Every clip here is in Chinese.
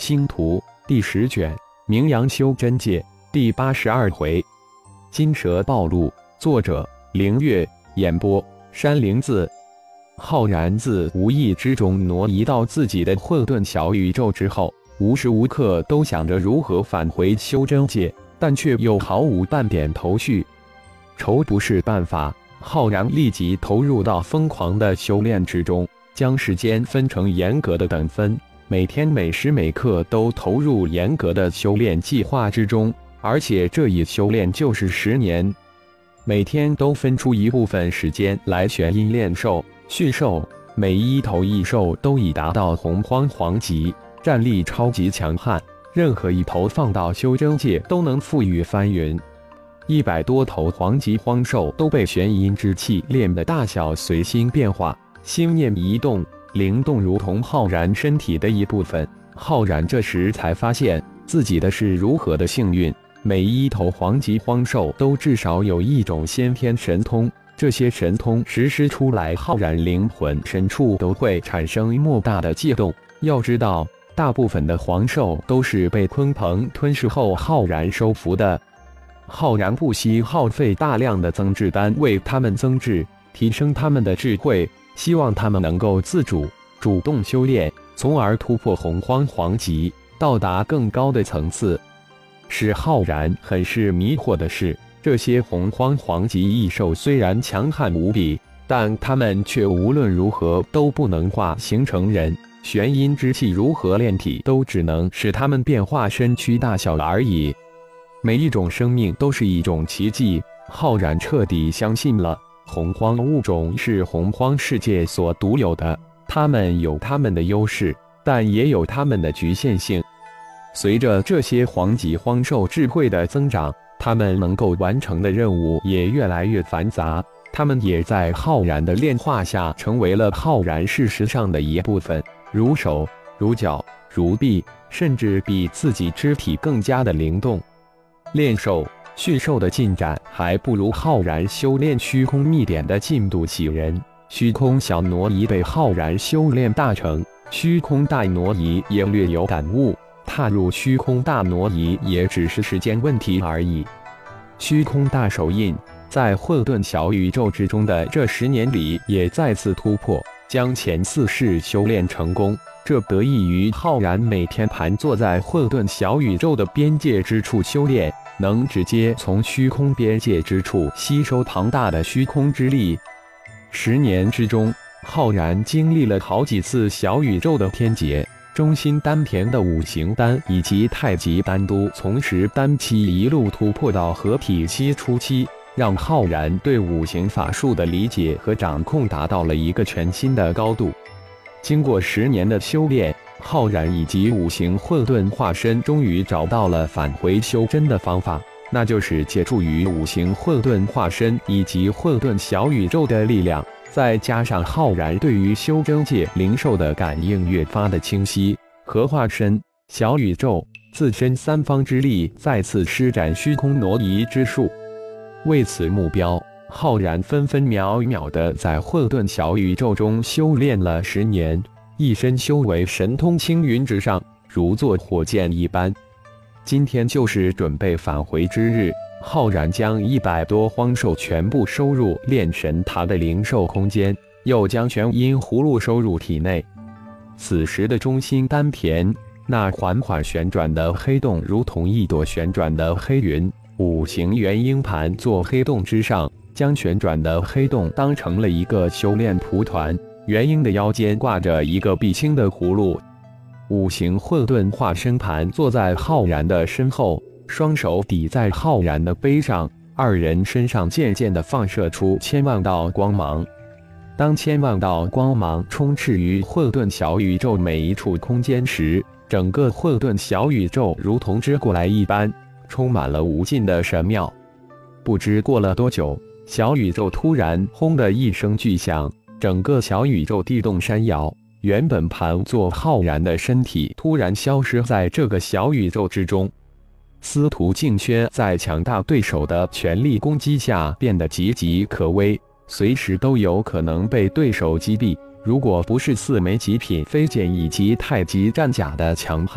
星图》第10卷名扬修真界第82回。金蛇暴露，作者凌月，演播山灵子。浩然自无意之中挪移到自己的混沌小宇宙之后，无时无刻都想着如何返回修真界，但却又毫无半点头绪。愁不是办法，浩然立即投入到疯狂的修炼之中，将时间分成严格的等分，每天每时每刻都投入严格的修炼计划之中，而且这一修炼就是10年。每天都分出一部分时间来玄阴炼兽、驯兽，每一头异兽都已达到洪荒皇级，战力超级强悍，任何一头放到修真界都能负隅翻云。100多头皇级荒兽都被玄阴之气炼得大小随心变化，心念一动，灵动如同浩然身体的一部分。浩然这时才发现自己的是如何的幸运，每一头皇级荒兽都至少有一种先天神通，这些神通实施出来，浩然灵魂深处都会产生莫大的悸动。要知道，大部分的皇兽都是被鲲鹏吞噬后浩然收服的。浩然不惜耗费大量的增质丹为他们增质，提升他们的智慧，希望他们能够自主、主动修炼，从而突破洪荒皇级，到达更高的层次。使浩然很是迷惑的是，这些洪荒皇级异兽虽然强悍无比，但他们却无论如何都不能化形成人，玄阴之气如何炼体都只能使他们变化身躯大小而已。每一种生命都是一种奇迹，浩然彻底相信了洪荒物种是洪荒世界所独有的，他们有他们的优势，但也有他们的局限性。随着这些皇级荒兽智慧的增长，他们能够完成的任务也越来越繁杂，他们也在浩然的炼化下成为了浩然事实上的一部分，如手、如脚、如臂，甚至比自己肢体更加的灵动。炼兽、驯兽的进展还不如浩然修炼虚空秘典的进度喜人。虚空小挪移被浩然修炼大成，虚空大挪移也略有感悟，踏入虚空大挪移也只是时间问题而已。虚空大手印在混沌小宇宙之中的这10年里也再次突破，将前4世修炼成功。这得益于浩然每天盘坐在混沌小宇宙的边界之处修炼，能直接从虚空边界之处吸收庞大的虚空之力。10年之中，浩然经历了好几次小宇宙的天劫，中心丹田的5行丹以及太极丹都从10丹期一路突破到合体期初期，让浩然对5行法术的理解和掌控达到了一个全新的高度。经过10年的修炼，浩然以及5行混沌化身终于找到了返回修真的方法，那就是借助于5行混沌化身以及混沌小宇宙的力量，再加上浩然对于修真界灵兽的感应越发的清晰，和化身、小宇宙、自身3方之力再次施展虚空挪移之术。为此目标，浩然分分秒秒地在混沌小宇宙中修炼了10年，一身修为神通青云直上，如坐火箭一般。今天就是准备返回之日，浩然将100多荒兽全部收入炼神塔的灵兽空间，又将玄阴葫芦收入体内。此时的中心丹田，那缓缓旋转的黑洞如同一朵旋转的黑云，5行元婴盘坐黑洞之上，将旋转的黑洞当成了一个修炼蒲团，元婴的腰间挂着一个碧青的葫芦。5行混沌化身盘坐在浩然的身后，双手抵在浩然的背上，二人身上渐渐地放射出千万道光芒。当千万道光芒充斥于混沌小宇宙每一处空间时，整个混沌小宇宙如同织过来一般，充满了无尽的神妙。不知过了多久，小宇宙突然轰的一声巨响，整个小宇宙地动山摇，原本盘坐浩然的身体突然消失在这个小宇宙之中。司徒静轩在强大对手的全力攻击下变得岌岌可危，随时都有可能被对手击毙。如果不是4枚极品飞剑以及太极战甲的强悍，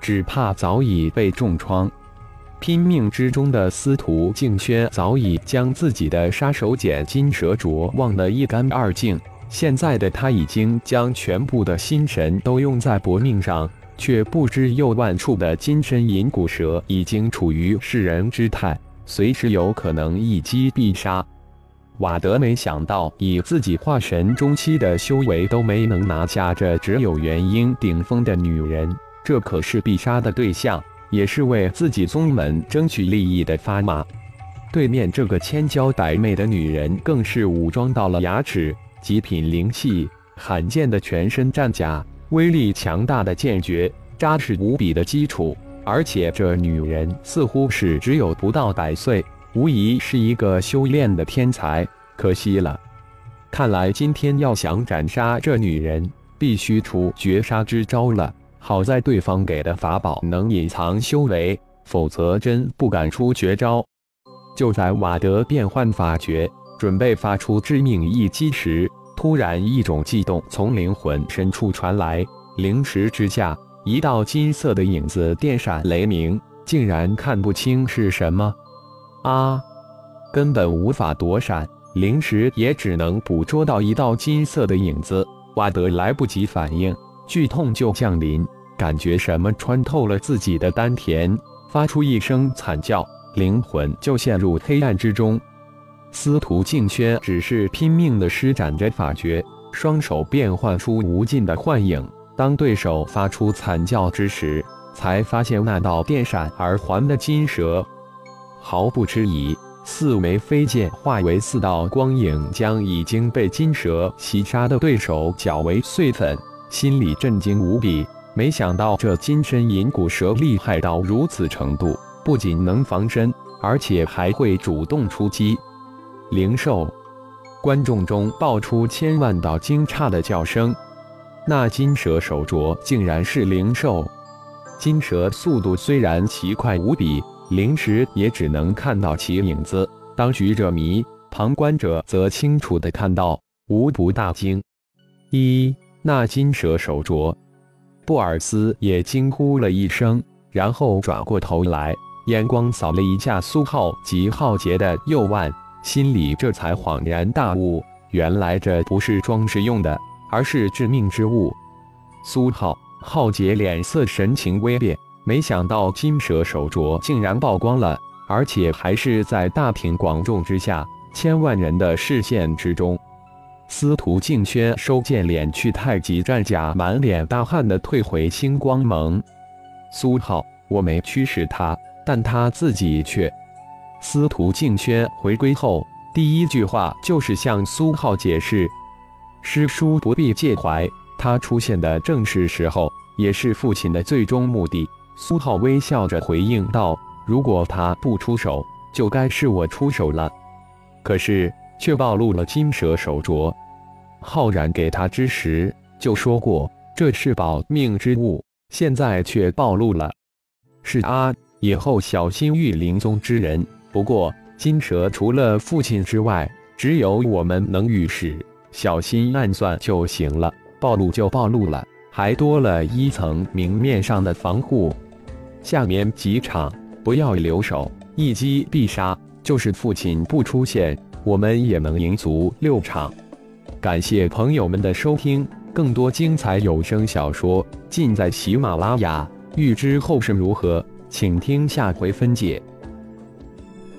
只怕早已被重创。拼命之中的司徒敬轩早已将自己的杀手锏金蛇镯忘得一干二净，现在的他已经将全部的心神都用在搏命上，却不知右腕处的金身银骨蛇已经处于噬人之态，随时有可能一击必杀。瓦德没想到，以自己化神中期的修为都没能拿下这只有元婴顶峰的女人，这可是必杀的对象，也是为自己宗门争取利益的砝码。对面这个千娇百媚的女人更是武装到了牙齿，极品灵器，罕见的全身战甲，威力强大的剑诀，扎实无比的基础。而且这女人似乎是只有不到100岁，无疑是一个修炼的天才。可惜了，看来今天要想斩杀这女人，必须出绝杀之招了。好在对方给的法宝能隐藏修为，否则真不敢出绝招。就在瓦德变换法诀，准备发出致命一击时，突然一种悸动从灵魂深处传来，灵石之下，一道金色的影子电闪雷鸣，竟然看不清是什么。啊！根本无法躲闪，灵石也只能捕捉到一道金色的影子。瓦德来不及反应，剧痛就降临，感觉什么穿透了自己的丹田，发出一声惨叫，灵魂就陷入黑暗之中。司徒敬轩只是拼命地施展着法诀，双手变换出无尽的幻影。当对手发出惨叫之时，才发现那道电闪而还的金蛇。毫不迟疑，4枚飞剑化为4道光影，将已经被金蛇袭杀的对手搅为碎粉，心里震惊无比。没想到这金身银骨蛇厉害到如此程度，不仅能防身，而且还会主动出击。灵兽！观众中爆出千万道惊诧的叫声。那金蛇手镯竟然是灵兽！金蛇速度虽然奇快无比，灵石也只能看到其影子。当局者迷，旁观者则清楚地看到，无不大惊。那金蛇手镯！布尔斯也惊呼了一声，然后转过头来，眼光扫了一下苏浩及浩劫的右腕，心里这才恍然大悟，原来这不是装饰用的，而是致命之物。苏浩、浩劫脸色神情微变，没想到金蛇手镯竟然曝光了，而且还是在大庭广众之下，千万人的视线之中。司徒敬轩收剑敛去太极战甲，满脸大汗地退回星光盟。苏浩，我没驱使他，但他自己却……司徒敬轩回归后，第一句话就是向苏浩解释：师叔不必介怀，他出现的正是时候，也是父亲的最终目的。苏浩微笑着回应道：如果他不出手，就该是我出手了。可是却暴露了金蛇手镯。浩然给他之时就说过，这是保命之物，现在却暴露了。是啊，以后小心御灵宗之人。不过金蛇除了父亲之外，只有我们能御使，小心暗算就行了。暴露就暴露了，还多了一层明面上的防护。下面几场不要留手，一击必杀，就是父亲不出现，我们也能赢足6场。感谢朋友们的收听，更多精彩有声小说尽在喜马拉雅。欲知后事如何，请听下回分解。